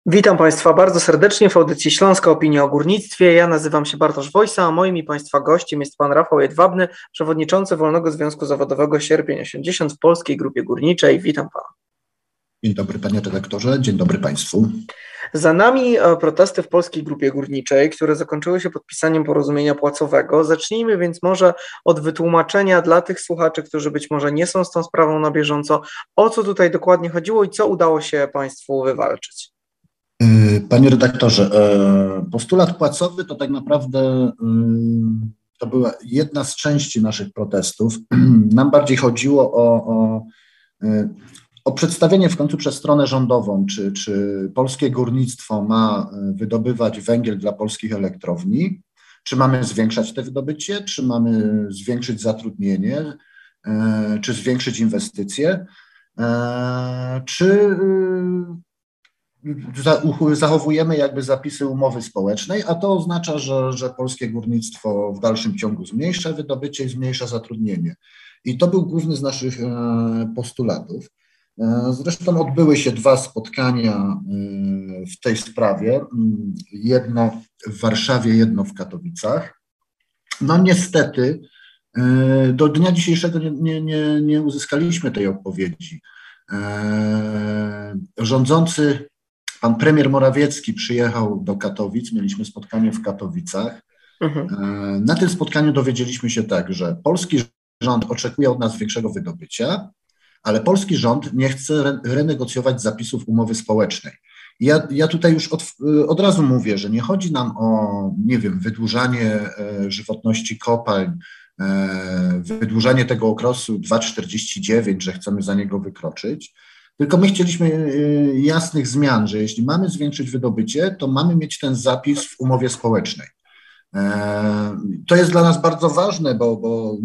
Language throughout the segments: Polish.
Witam Państwa bardzo serdecznie w audycji Śląska Opinia o Górnictwie. Ja nazywam się Bartosz Wojsa, a moim i Państwa gościem jest Pan Rafał Jedwabny, przewodniczący Wolnego Związku Zawodowego Sierpień 80 w Polskiej Grupie Górniczej. Witam Pana. Dzień dobry Panie redaktorze, dzień dobry Państwu. Za nami protesty w Polskiej Grupie Górniczej, które zakończyły się podpisaniem porozumienia płacowego. Zacznijmy więc może od wytłumaczenia dla tych słuchaczy, którzy być może nie są z tą sprawą na bieżąco, o co tutaj dokładnie chodziło i co udało się Państwu wywalczyć. Panie redaktorze, postulat płacowy to tak naprawdę to była jedna z części naszych protestów. Nam bardziej chodziło o przedstawienie w końcu przez stronę rządową, czy polskie górnictwo ma wydobywać węgiel dla polskich elektrowni, czy mamy zwiększać te wydobycie, czy mamy zwiększyć zatrudnienie, czy zwiększyć inwestycje, czy zachowujemy jakby zapisy umowy społecznej, a to oznacza, że polskie górnictwo w dalszym ciągu zmniejsza wydobycie i zmniejsza zatrudnienie. I to był główny z naszych postulatów. Zresztą odbyły się dwa spotkania w tej sprawie, jedno w Warszawie, jedno w Katowicach. No niestety do dnia dzisiejszego nie uzyskaliśmy tej odpowiedzi. Rządzący, pan premier Morawiecki przyjechał do Katowic, mieliśmy spotkanie w Katowicach. Na tym spotkaniu dowiedzieliśmy się tak, że polski rząd oczekuje od nas większego wydobycia, ale polski rząd nie chce renegocjować zapisów umowy społecznej. Ja tutaj już od razu mówię, że nie chodzi nam o, nie wiem, wydłużanie żywotności kopalń, wydłużanie tego okresu 2,49, że chcemy za niego wykroczyć, tylko my chcieliśmy jasnych zmian, że jeśli mamy zwiększyć wydobycie, to mamy mieć ten zapis w umowie społecznej. To jest dla nas bardzo ważne, bo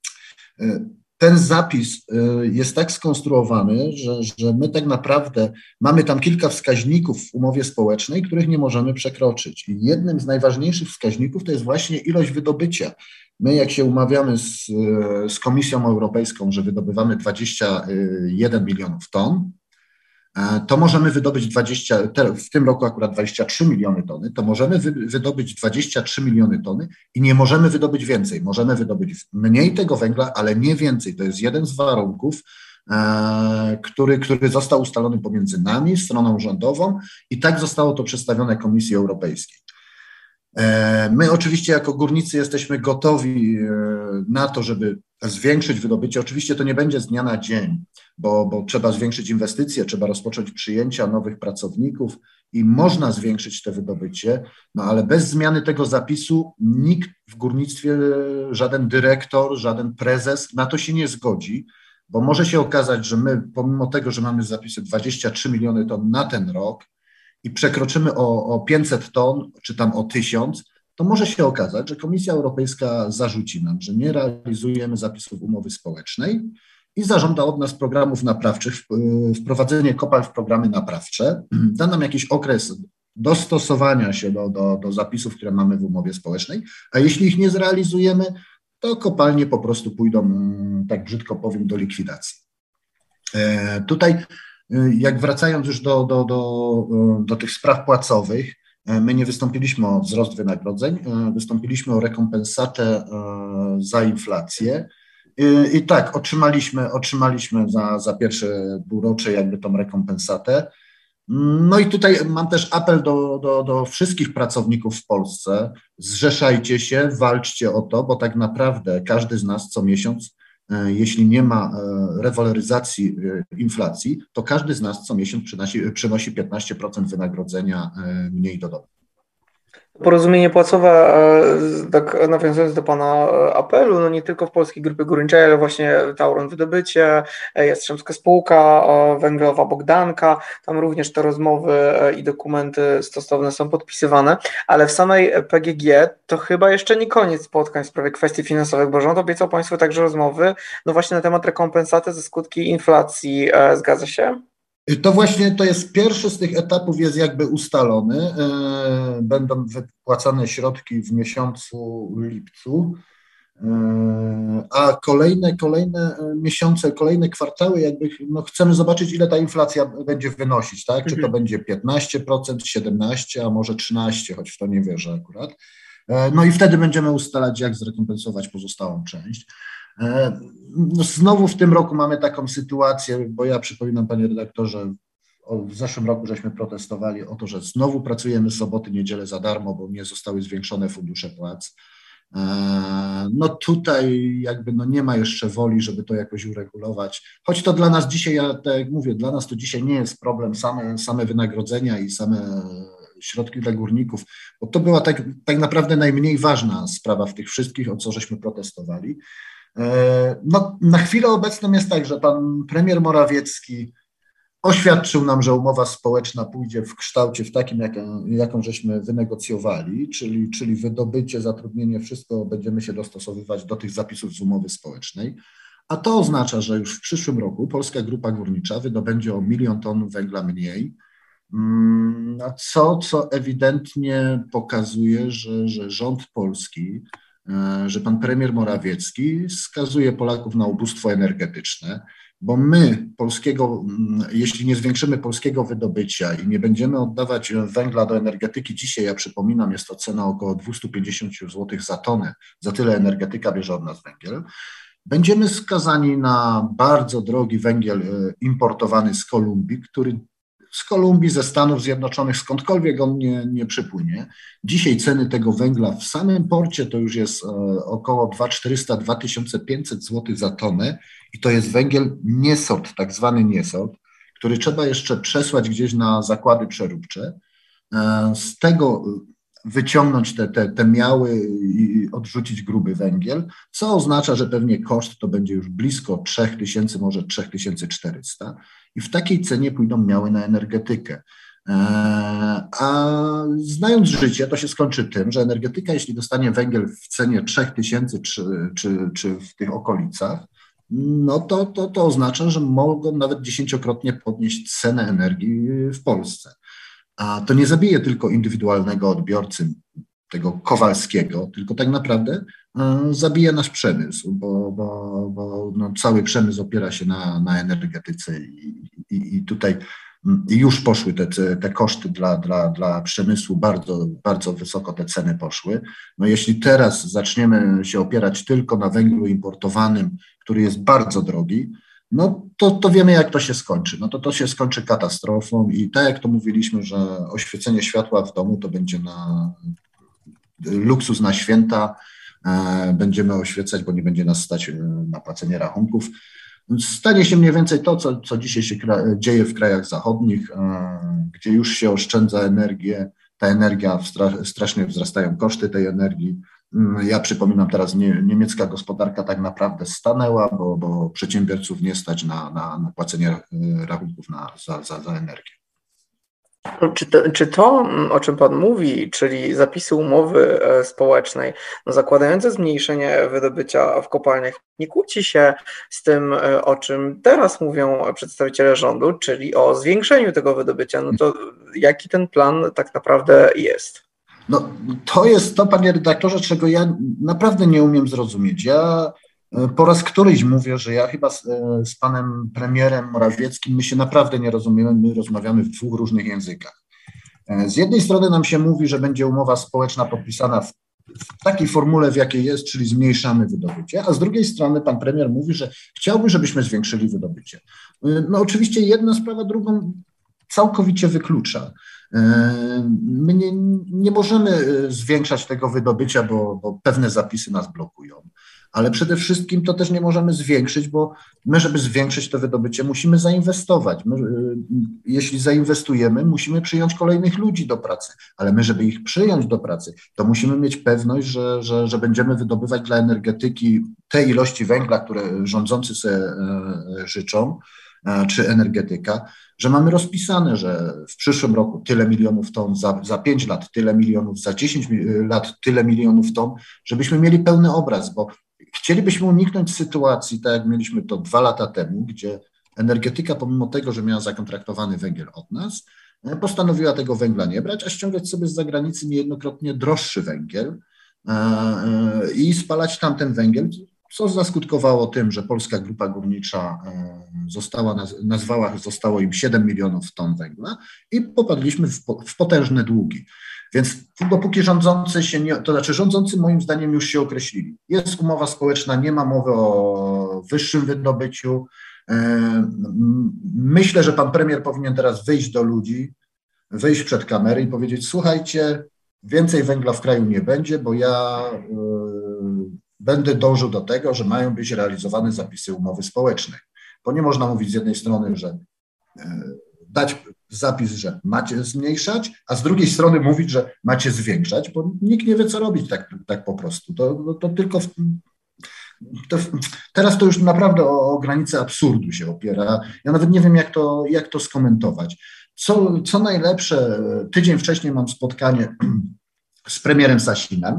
ten zapis jest tak skonstruowany, że my tak naprawdę mamy tam kilka wskaźników w umowie społecznej, których nie możemy przekroczyć. I jednym z najważniejszych wskaźników to jest właśnie ilość wydobycia. My jak się umawiamy z Komisją Europejską, że wydobywamy 21 milionów ton, to możemy wydobyć w tym roku akurat 23 miliony tony, to możemy wydobyć 23 miliony tony i nie możemy wydobyć więcej. Możemy wydobyć mniej tego węgla, ale nie więcej. To jest jeden z warunków, który został ustalony pomiędzy nami, stroną rządową i tak zostało to przedstawione Komisji Europejskiej. My oczywiście jako górnicy jesteśmy gotowi na to, żeby zwiększyć wydobycie. Oczywiście to nie będzie z dnia na dzień, bo trzeba zwiększyć inwestycje, trzeba rozpocząć przyjęcia nowych pracowników i można zwiększyć to wydobycie, no ale bez zmiany tego zapisu nikt w górnictwie, żaden dyrektor, żaden prezes na to się nie zgodzi, bo może się okazać, że my pomimo tego, że mamy zapisy 23 miliony ton na ten rok, i przekroczymy o 500 ton, czy tam o 1000, to może się okazać, że Komisja Europejska zarzuci nam, że nie realizujemy zapisów umowy społecznej i zażąda od nas programów naprawczych, wprowadzenie kopalń w programy naprawcze, da nam jakiś okres dostosowania się do zapisów, które mamy w umowie społecznej, a jeśli ich nie zrealizujemy, to kopalnie po prostu pójdą, tak brzydko powiem, do likwidacji. Tutaj jak wracając już do tych spraw płacowych, my nie wystąpiliśmy o wzrost wynagrodzeń, wystąpiliśmy o rekompensatę za inflację i tak, otrzymaliśmy za pierwsze półrocze jakby tą rekompensatę. No i tutaj mam też apel do wszystkich pracowników w Polsce, zrzeszajcie się, walczcie o to, bo tak naprawdę każdy z nas co miesiąc, jeśli nie ma rewaloryzacji inflacji, to każdy z nas co miesiąc przynosi 15% wynagrodzenia mniej do domu. Porozumienie płacowe, tak nawiązując do Pana apelu, no nie tylko w Polskiej Grupie Górniczej, ale właśnie Tauron Wydobycie, Jastrzębska Spółka Węglowa Bogdanka, tam również te rozmowy i dokumenty stosowne są podpisywane, ale w samej PGG to chyba jeszcze nie koniec spotkań w sprawie kwestii finansowych, bo rząd obiecał Państwu także rozmowy, no właśnie na temat rekompensaty za skutki inflacji, zgadza się? To jest pierwszy z tych etapów, jest jakby ustalony. Będą wypłacane środki w miesiącu lipcu. A kolejne miesiące, kolejne kwartały, jakby chcemy zobaczyć, ile ta inflacja będzie wynosić, tak? Czy to będzie 15%, 17%, a może 13%, choć w to nie wierzę akurat. No i wtedy będziemy ustalać, jak zrekompensować pozostałą część. Znowu w tym roku mamy taką sytuację, bo ja przypominam, panie redaktorze, w zeszłym roku żeśmy protestowali o to, że znowu pracujemy soboty, niedzielę za darmo, bo nie zostały zwiększone fundusze płac. No tutaj jakby nie ma jeszcze woli, żeby to jakoś uregulować, choć to dla nas dzisiaj, ja tak jak mówię, dla nas to dzisiaj nie jest problem, same wynagrodzenia i same środki dla górników, bo to była tak naprawdę najmniej ważna sprawa w tych wszystkich, o co żeśmy protestowali. No, na chwilę obecną jest tak, że pan premier Morawiecki oświadczył nam, że umowa społeczna pójdzie w kształcie w takim, jaką żeśmy wynegocjowali, czyli wydobycie, zatrudnienie, wszystko będziemy się dostosowywać do tych zapisów z umowy społecznej, a to oznacza, że już w przyszłym roku Polska Grupa Górnicza wydobędzie o 1 000 000 ton węgla mniej, co ewidentnie pokazuje, że rząd polski, że pan premier Morawiecki skazuje Polaków na ubóstwo energetyczne, bo my jeśli nie zwiększymy polskiego wydobycia i nie będziemy oddawać węgla do energetyki, dzisiaj, ja przypominam, jest to cena około 250 zł za tonę, za tyle energetyka bierze od nas węgiel, będziemy skazani na bardzo drogi węgiel importowany z Kolumbii, ze Stanów Zjednoczonych, skądkolwiek on nie przypłynie. Dzisiaj ceny tego węgla w samym porcie to już jest około 2400-2500 zł za tonę i to jest węgiel niesort, tak zwany niesort, który trzeba jeszcze przesłać gdzieś na zakłady przeróbcze. Z tego wyciągnąć te miały i odrzucić gruby węgiel, co oznacza, że pewnie koszt to będzie już blisko 3000, może 3400 i w takiej cenie pójdą miały na energetykę. A znając życie, to się skończy tym, że energetyka, jeśli dostanie węgiel w cenie 3000 czy w tych okolicach, no to oznacza, że mogą nawet 10-krotnie podnieść cenę energii w Polsce. A to nie zabije tylko indywidualnego odbiorcy, tego Kowalskiego, tylko tak naprawdę zabije nasz przemysł, bo cały przemysł opiera się na energetyce i tutaj już poszły te koszty dla przemysłu, bardzo, bardzo wysoko te ceny poszły. No jeśli teraz zaczniemy się opierać tylko na węglu importowanym, który jest bardzo drogi, no to wiemy, jak to się skończy. No to się skończy katastrofą i tak jak to mówiliśmy, że oświecenie światła w domu to będzie luksus na święta, będziemy oświecać, bo nie będzie nas stać na płacenie rachunków. Stanie się mniej więcej to, co dzisiaj się dzieje w krajach zachodnich, gdzie już się oszczędza energię, ta energia, strasznie wzrastają koszty tej energii. Ja przypominam teraz, niemiecka gospodarka tak naprawdę stanęła, bo przedsiębiorców nie stać na płacenie rachunków za energię. Czy to, o czym Pan mówi, czyli zapisy umowy społecznej, zakładające zmniejszenie wydobycia w kopalniach, nie kłóci się z tym, o czym teraz mówią przedstawiciele rządu, czyli o zwiększeniu tego wydobycia? No to jaki ten plan tak naprawdę jest? No to jest to, panie redaktorze, czego ja naprawdę nie umiem zrozumieć. Ja po raz któryś mówię, że ja chyba z panem premierem Morawieckim, my się naprawdę nie rozumiemy, my rozmawiamy w 2 różnych językach. Z jednej strony nam się mówi, że będzie umowa społeczna podpisana w takiej formule, w jakiej jest, czyli zmniejszamy wydobycie, a z drugiej strony pan premier mówi, że chciałby, żebyśmy zwiększyli wydobycie. No oczywiście jedna sprawa drugą całkowicie wyklucza. My nie możemy zwiększać tego wydobycia, bo pewne zapisy nas blokują, ale przede wszystkim to też nie możemy zwiększyć, bo my, żeby zwiększyć to wydobycie, musimy zainwestować. Jeśli zainwestujemy, musimy przyjąć kolejnych ludzi do pracy, ale my, żeby ich przyjąć do pracy, to musimy mieć pewność, że będziemy wydobywać dla energetyki te ilości węgla, które rządzący sobie życzą, czy energetyka, że mamy rozpisane, że w przyszłym roku tyle milionów ton, za 5 lat tyle milionów, za 10 lat tyle milionów ton, żebyśmy mieli pełny obraz, bo chcielibyśmy uniknąć sytuacji, tak jak mieliśmy to 2 lata temu, gdzie energetyka, pomimo tego, że miała zakontraktowany węgiel od nas, postanowiła tego węgla nie brać, a ściągać sobie z zagranicy niejednokrotnie droższy węgiel, i spalać tamten węgiel, co zaskutkowało tym, że Polska Grupa Górnicza zostało im 7 milionów ton węgla i popadliśmy w potężne długi. Więc dopóki rządzący rządzący moim zdaniem już się określili. Jest umowa społeczna, nie ma mowy o wyższym wydobyciu. Myślę, że pan premier powinien teraz wyjść do ludzi, wyjść przed kamerę i powiedzieć: słuchajcie, więcej węgla w kraju nie będzie, bo ja będę dążył do tego, że mają być realizowane zapisy umowy społecznej. Bo nie można mówić z jednej strony, że dać zapis, że macie zmniejszać, a z drugiej strony mówić, że macie zwiększać, bo nikt nie wie, co robić tak po prostu. To tylko teraz to już naprawdę o granicę absurdu się opiera. Ja nawet nie wiem, jak to skomentować. Co najlepsze, tydzień wcześniej mam spotkanie z premierem Sasinem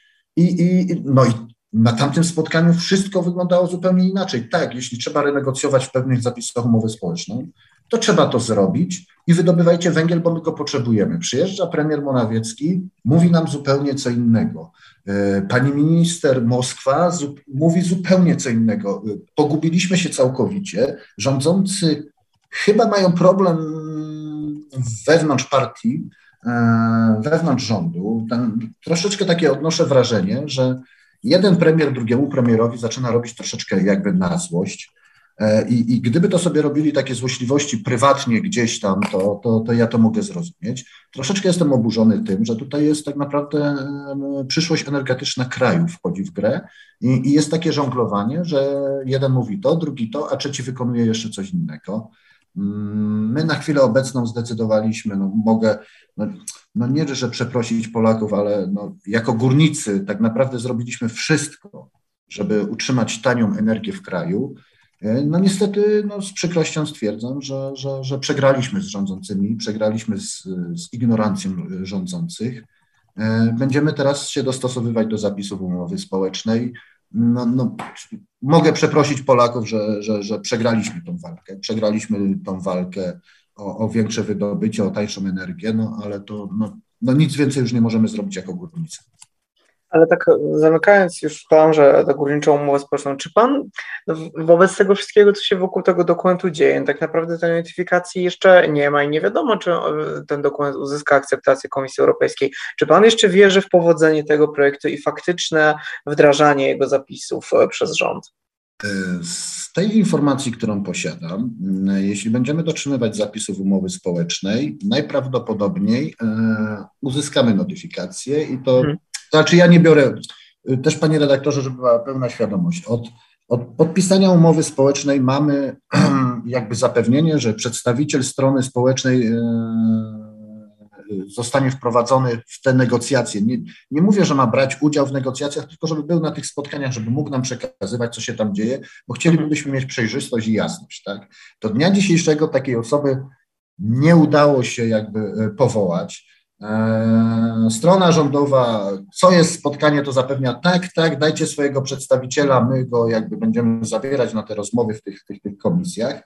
i na tamtym spotkaniu wszystko wyglądało zupełnie inaczej. Tak, jeśli trzeba renegocjować w pewnych zapisach umowy społecznej, to trzeba to zrobić i wydobywajcie węgiel, bo my go potrzebujemy. Przyjeżdża premier Morawiecki, mówi nam zupełnie co innego. Pani minister Moskwa mówi zupełnie co innego. Pogubiliśmy się całkowicie. Rządzący chyba mają problem wewnątrz partii, wewnątrz rządu. Troszeczkę takie odnoszę wrażenie, że jeden premier drugiemu premierowi zaczyna robić troszeczkę jakby na złość. I gdyby to sobie robili takie złośliwości prywatnie gdzieś tam, to ja to mogę zrozumieć. Troszeczkę jestem oburzony tym, że tutaj jest tak naprawdę przyszłość energetyczna kraju wchodzi w grę i jest takie żonglowanie, że jeden mówi to, drugi to, a trzeci wykonuje jeszcze coś innego. My na chwilę obecną zdecydowaliśmy, nie, że przeprosić Polaków, ale jako górnicy tak naprawdę zrobiliśmy wszystko, żeby utrzymać tanią energię w kraju. Niestety z przykrością stwierdzam, że przegraliśmy z rządzącymi, przegraliśmy z ignorancją rządzących. Będziemy teraz się dostosowywać do zapisów umowy społecznej. Mogę przeprosić Polaków, że przegraliśmy tą walkę. Przegraliśmy tą walkę o większe wydobycie, o tańszą energię, ale to nic więcej już nie możemy zrobić jako górnicy. Ale tak zamykając już plan, że ta górniczą umowę społeczną, czy pan wobec tego wszystkiego, co się wokół tego dokumentu dzieje, tak naprawdę tej notyfikacji jeszcze nie ma i nie wiadomo, czy ten dokument uzyska akceptację Komisji Europejskiej. Czy pan jeszcze wierzy w powodzenie tego projektu i faktyczne wdrażanie jego zapisów przez rząd? Z tej informacji, którą posiadam, jeśli będziemy dotrzymywać zapisów umowy społecznej, najprawdopodobniej uzyskamy notyfikację i to znaczy ja nie biorę, też panie redaktorze, żeby była pełna świadomość, od podpisania umowy społecznej mamy jakby zapewnienie, że przedstawiciel strony społecznej zostanie wprowadzony w te negocjacje. Nie mówię, że ma brać udział w negocjacjach, tylko żeby był na tych spotkaniach, żeby mógł nam przekazywać, co się tam dzieje, bo chcielibyśmy mieć przejrzystość i jasność. Tak? Do dnia dzisiejszego takiej osoby nie udało się jakby powołać. Strona rządowa, co jest spotkanie, to zapewnia tak, dajcie swojego przedstawiciela, my go jakby będziemy zawierać na te rozmowy w tych komisjach.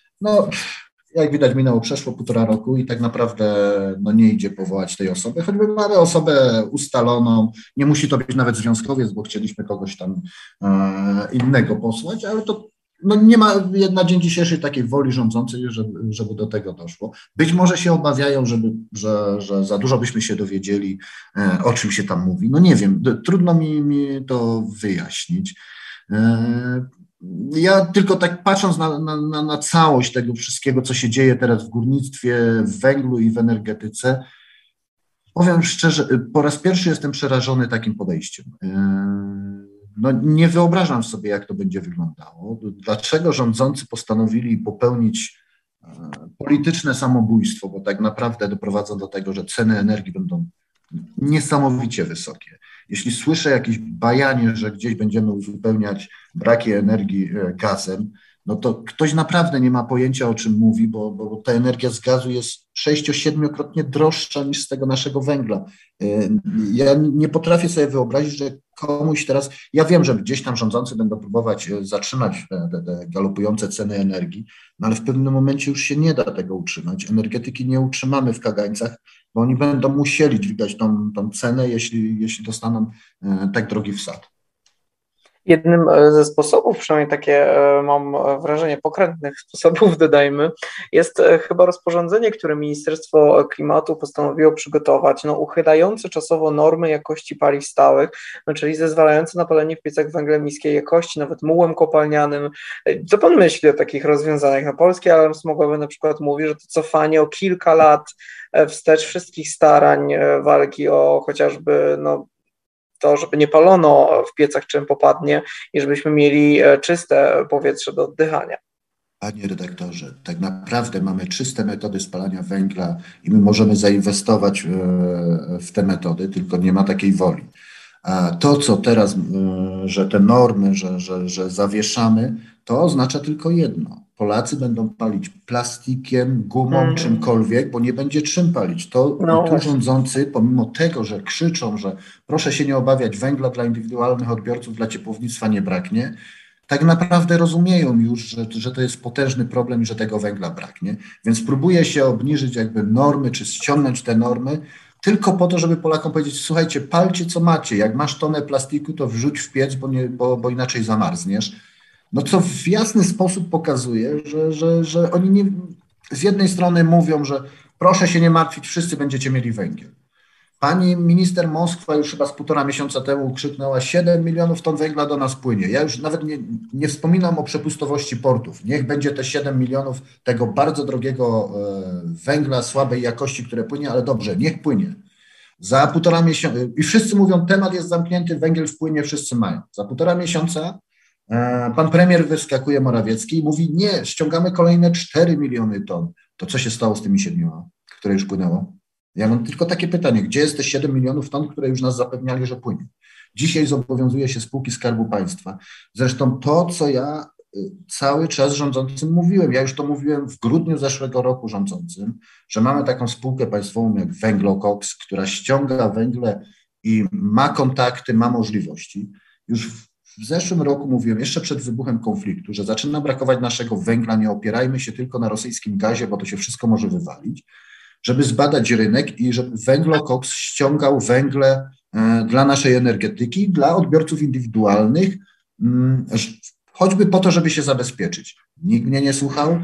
Jak widać przeszło 1,5 roku i tak naprawdę nie idzie powołać tej osoby, choćby mamy osobę ustaloną, nie musi to być nawet związkowiec, bo chcieliśmy kogoś tam innego posłać, ale to nie ma na dzień dzisiejszy takiej woli rządzącej, żeby do tego doszło. Być może się obawiają, że za dużo byśmy się dowiedzieli, o czym się tam mówi. Nie wiem, trudno mi to wyjaśnić. Ja tylko tak patrząc na całość tego wszystkiego, co się dzieje teraz w górnictwie, w węglu i w energetyce, powiem szczerze, po raz pierwszy jestem przerażony takim podejściem. Nie wyobrażam sobie, jak to będzie wyglądało. Dlaczego rządzący postanowili popełnić polityczne samobójstwo, bo tak naprawdę doprowadzą do tego, że ceny energii będą niesamowicie wysokie. Jeśli słyszę jakieś bajanie, że gdzieś będziemy uzupełniać braki energii gazem, no to ktoś naprawdę nie ma pojęcia, o czym mówi, bo ta energia z gazu jest 6-7-krotnie droższa niż z tego naszego węgla. Ja nie potrafię sobie wyobrazić, że komuś teraz, ja wiem, że gdzieś tam rządzący będą próbować zatrzymać te galopujące ceny energii, no ale w pewnym momencie już się nie da tego utrzymać. Energetyki nie utrzymamy w kagańcach, bo oni będą musieli dźwigać tą cenę, jeśli dostaną tak drogi wsad. Jednym ze sposobów, przynajmniej takie mam wrażenie, pokrętnych sposobów, dodajmy, jest chyba rozporządzenie, które Ministerstwo Klimatu postanowiło przygotować, no, uchylające czasowo normy jakości paliw stałych, no, czyli zezwalające na palenie w piecach węglem niskiej jakości, nawet mułem kopalnianym. Co pan myśli o takich rozwiązaniach? No, Polski Alarm Smogowy na przykład mówi, że to cofanie o kilka lat wstecz wszystkich starań walki o chociażby to, żeby nie palono w piecach czym popadnie i żebyśmy mieli czyste powietrze do oddychania. Panie redaktorze, tak naprawdę mamy czyste metody spalania węgla i my możemy zainwestować w te metody, tylko nie ma takiej woli. A to, co teraz, że te normy, że zawieszamy, to oznacza tylko jedno. Polacy będą palić plastikiem, gumą, czymkolwiek, bo nie będzie czym palić. To No i tu właśnie. rządzący, pomimo tego, że krzyczą, że proszę się nie obawiać, węgla dla indywidualnych odbiorców, dla ciepłownictwa nie braknie, tak naprawdę rozumieją już, że to jest potężny problem i że tego węgla braknie. Więc próbuje się obniżyć jakby normy, czy ściągnąć te normy, tylko po to, żeby Polakom powiedzieć, słuchajcie, palcie co macie, jak masz tonę plastiku, to wrzuć w piec, bo inaczej zamarzniesz. No co w jasny sposób pokazuje, że oni nie, z jednej strony mówią, że proszę się nie martwić, wszyscy będziecie mieli węgiel. Pani minister Moskwa już chyba z 1,5 miesiąca temu krzyknęła, 7 milionów ton węgla do nas płynie. Ja już nawet nie wspominam o przepustowości portów. Niech będzie te 7 milionów tego bardzo drogiego węgla słabej jakości, które płynie, ale dobrze, niech płynie. Za 1,5 miesiąca, i wszyscy mówią, temat jest zamknięty, węgiel wpłynie, wszyscy mają. Za 1,5 miesiąca pan premier wyskakuje, Morawiecki, i mówi, nie, ściągamy kolejne 4 miliony ton. To co się stało z tymi 7, które już płynęło? Ja mam tylko takie pytanie, gdzie jest te 7 milionów ton, które już nas zapewniali, że płynie? Dzisiaj zobowiązuje się spółki Skarbu Państwa. Zresztą to, co ja cały czas rządzącym mówiłem, ja już to mówiłem w grudniu zeszłego roku rządzącym, że mamy taką spółkę państwową jak Węglokoks, która ściąga węgle i ma kontakty, ma możliwości. Już w zeszłym roku mówiłem, jeszcze przed wybuchem konfliktu, że zaczyna brakować naszego węgla, nie opierajmy się tylko na rosyjskim gazie, bo to się wszystko może wywalić, żeby zbadać rynek i żeby Węglokoks ściągał węgle dla naszej energetyki, dla odbiorców indywidualnych, choćby po to, żeby się zabezpieczyć. Nikt mnie nie słuchał.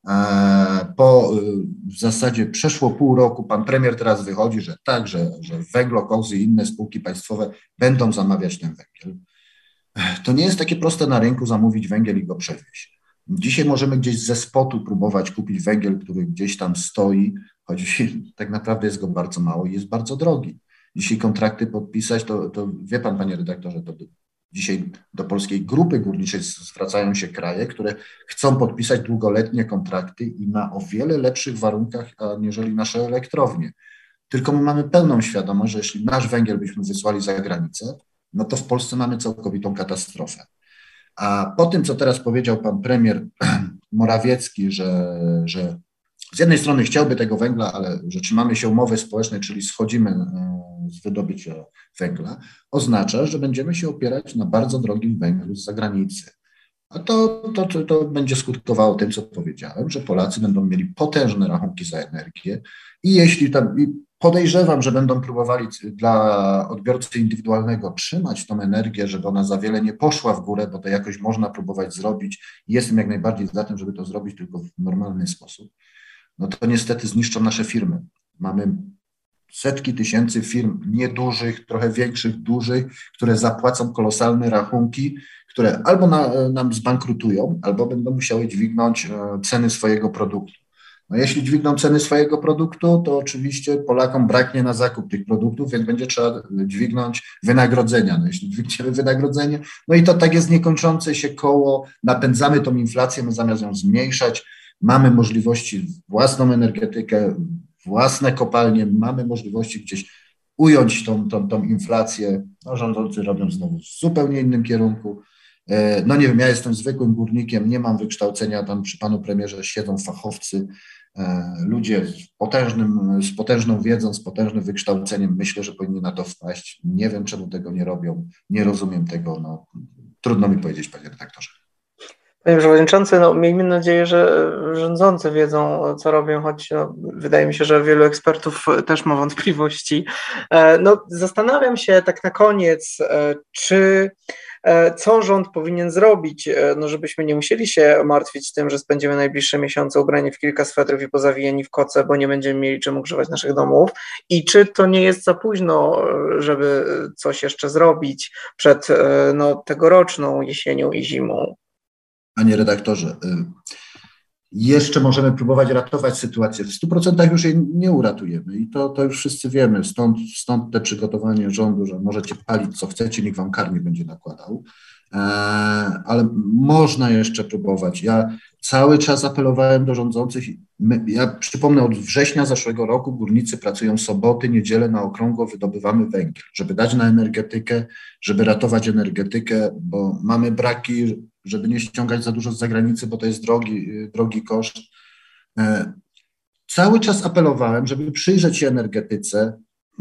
W zasadzie przeszło pół roku, pan premier teraz wychodzi, że tak, że Węglokoks i inne spółki państwowe będą zamawiać ten węgiel. To nie jest takie proste na rynku zamówić węgiel i go przewieźć. Dzisiaj możemy gdzieś ze spotu próbować kupić węgiel, który gdzieś tam stoi, choć tak naprawdę jest go bardzo mało i jest bardzo drogi. Dzisiaj kontrakty podpisać, to wie pan, panie redaktorze, to dzisiaj do Polskiej Grupy Górniczej zwracają się kraje, które chcą podpisać długoletnie kontrakty i na o wiele lepszych warunkach, aniżeli nasze elektrownie. Tylko my mamy pełną świadomość, że jeśli nasz węgiel byśmy wysłali za granicę, no to w Polsce mamy całkowitą katastrofę. A po tym, co teraz powiedział pan premier Morawiecki, że z jednej strony chciałby tego węgla, ale że trzymamy się umowy społecznej, czyli schodzimy z wydobycia węgla, oznacza, że będziemy się opierać na bardzo drogim węglu z zagranicy. A to będzie skutkowało tym, co powiedziałem, że Polacy będą mieli potężne rachunki za energię i jeśli tam, podejrzewam, że będą próbowali dla odbiorcy indywidualnego trzymać tą energię, żeby ona za wiele nie poszła w górę, bo to jakoś można próbować zrobić. Jestem jak najbardziej za tym, żeby to zrobić tylko w normalny sposób. No to niestety zniszczą nasze firmy. Mamy setki tysięcy firm niedużych, trochę większych, dużych, które zapłacą kolosalne rachunki, które albo nam zbankrutują, albo będą musiały dźwignąć ceny swojego produktu. No jeśli dźwigną ceny swojego produktu, to oczywiście Polakom braknie na zakup tych produktów, więc będzie trzeba dźwignąć wynagrodzenia. No jeśli dźwigniemy wynagrodzenie, no i to tak jest niekończące się koło, napędzamy tą inflację, my zamiast ją zmniejszać, mamy możliwości własną energetykę, własne kopalnie, mamy możliwości gdzieś ująć tą inflację. No, rządzący robią znowu w zupełnie innym kierunku No nie wiem, ja jestem zwykłym górnikiem, nie mam wykształcenia, tam przy panu premierze siedzą fachowcy, ludzie z potężną wiedzą, z potężnym wykształceniem. Myślę, że powinni na to wpaść. Nie wiem, czemu tego nie robią, nie rozumiem tego, no trudno mi powiedzieć, panie redaktorze. Panie Przewodniczący, no, miejmy nadzieję, że rządzący wiedzą, co robią, choć no, wydaje mi się, że wielu ekspertów też ma wątpliwości. No, zastanawiam się tak na koniec, co rząd powinien zrobić, no, żebyśmy nie musieli się martwić tym, że spędzimy najbliższe miesiące ubrani w kilka swetrów i pozawijani w koce, bo nie będziemy mieli czym ogrzewać naszych domów. I czy to nie jest za późno, żeby coś jeszcze zrobić przed no, tegoroczną jesienią i zimą? Panie redaktorze, jeszcze możemy próbować ratować sytuację. W 100% już jej nie uratujemy i to już wszyscy wiemy. Stąd te przygotowanie rządu, że możecie palić co chcecie, nikt wam kar nie będzie nakładał. Ale można jeszcze próbować. Ja cały czas apelowałem do rządzących. Ja przypomnę, od września zeszłego roku górnicy pracują soboty, niedzielę na okrągło, wydobywamy węgiel, żeby dać na energetykę, żeby ratować energetykę, bo mamy braki, żeby nie ściągać za dużo z zagranicy, bo to jest drogi koszt. Cały czas apelowałem, żeby przyjrzeć się energetyce,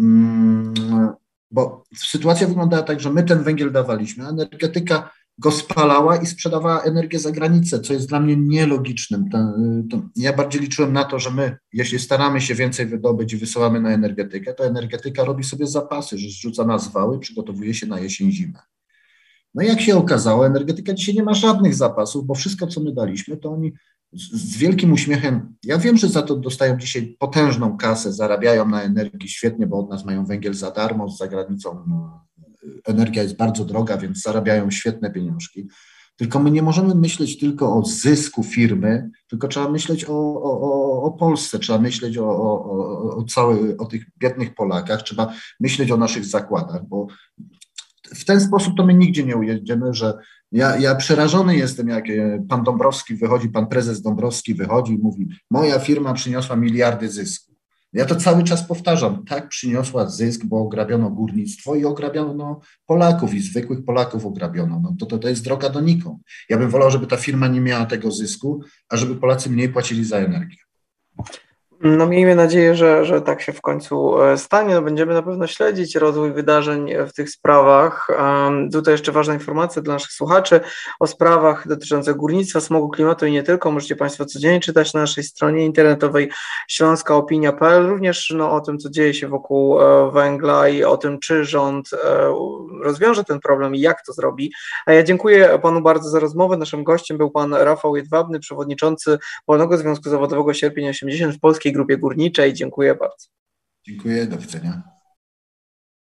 bo sytuacja wyglądała tak, że my ten węgiel dawaliśmy, a energetyka go spalała i sprzedawała energię za granicę, co jest dla mnie nielogicznym. Ja bardziej liczyłem na to, że my, jeśli staramy się więcej wydobyć i wysyłamy na energetykę, to energetyka robi sobie zapasy, że zrzuca nas wały, przygotowuje się na jesień, zimę. No i jak się okazało, energetyka dzisiaj nie ma żadnych zapasów, bo wszystko, co my daliśmy, to oni z wielkim uśmiechem, ja wiem, że za to dostają dzisiaj potężną kasę, zarabiają na energii świetnie, bo od nas mają węgiel za darmo, za granicą energia jest bardzo droga, więc zarabiają świetne pieniążki. Tylko my nie możemy myśleć tylko o zysku firmy, tylko trzeba myśleć o Polsce, trzeba myśleć o tych biednych Polakach, trzeba myśleć o naszych zakładach, bo w ten sposób to my nigdzie nie ujedziemy, że ja przerażony jestem, jak pan Dąbrowski wychodzi, pan prezes Dąbrowski wychodzi i mówi, moja firma przyniosła miliardy zysku. Ja to cały czas powtarzam, tak, przyniosła zysk, bo ograbiono górnictwo i ograbiono Polaków i zwykłych Polaków ograbiono. No to jest droga donikąd. Ja bym wolał, żeby ta firma nie miała tego zysku, a żeby Polacy mniej płacili za energię. No miejmy nadzieję, że tak się w końcu stanie. No, będziemy na pewno śledzić rozwój wydarzeń w tych sprawach. Tutaj jeszcze ważna informacja dla naszych słuchaczy o sprawach dotyczących górnictwa, smogu, klimatu i nie tylko. Możecie Państwo codziennie czytać na naszej stronie internetowej śląskaopinia.pl, również no, o tym, co dzieje się wokół węgla i o tym, czy rząd rozwiąże ten problem i jak to zrobi. A ja dziękuję Panu bardzo za rozmowę. Naszym gościem był Pan Rafał Jedwabny, przewodniczący Wolnego Związku Zawodowego Sierpień 80 w Polskiej Grupie Górniczej. Dziękuję bardzo. Dziękuję, do widzenia.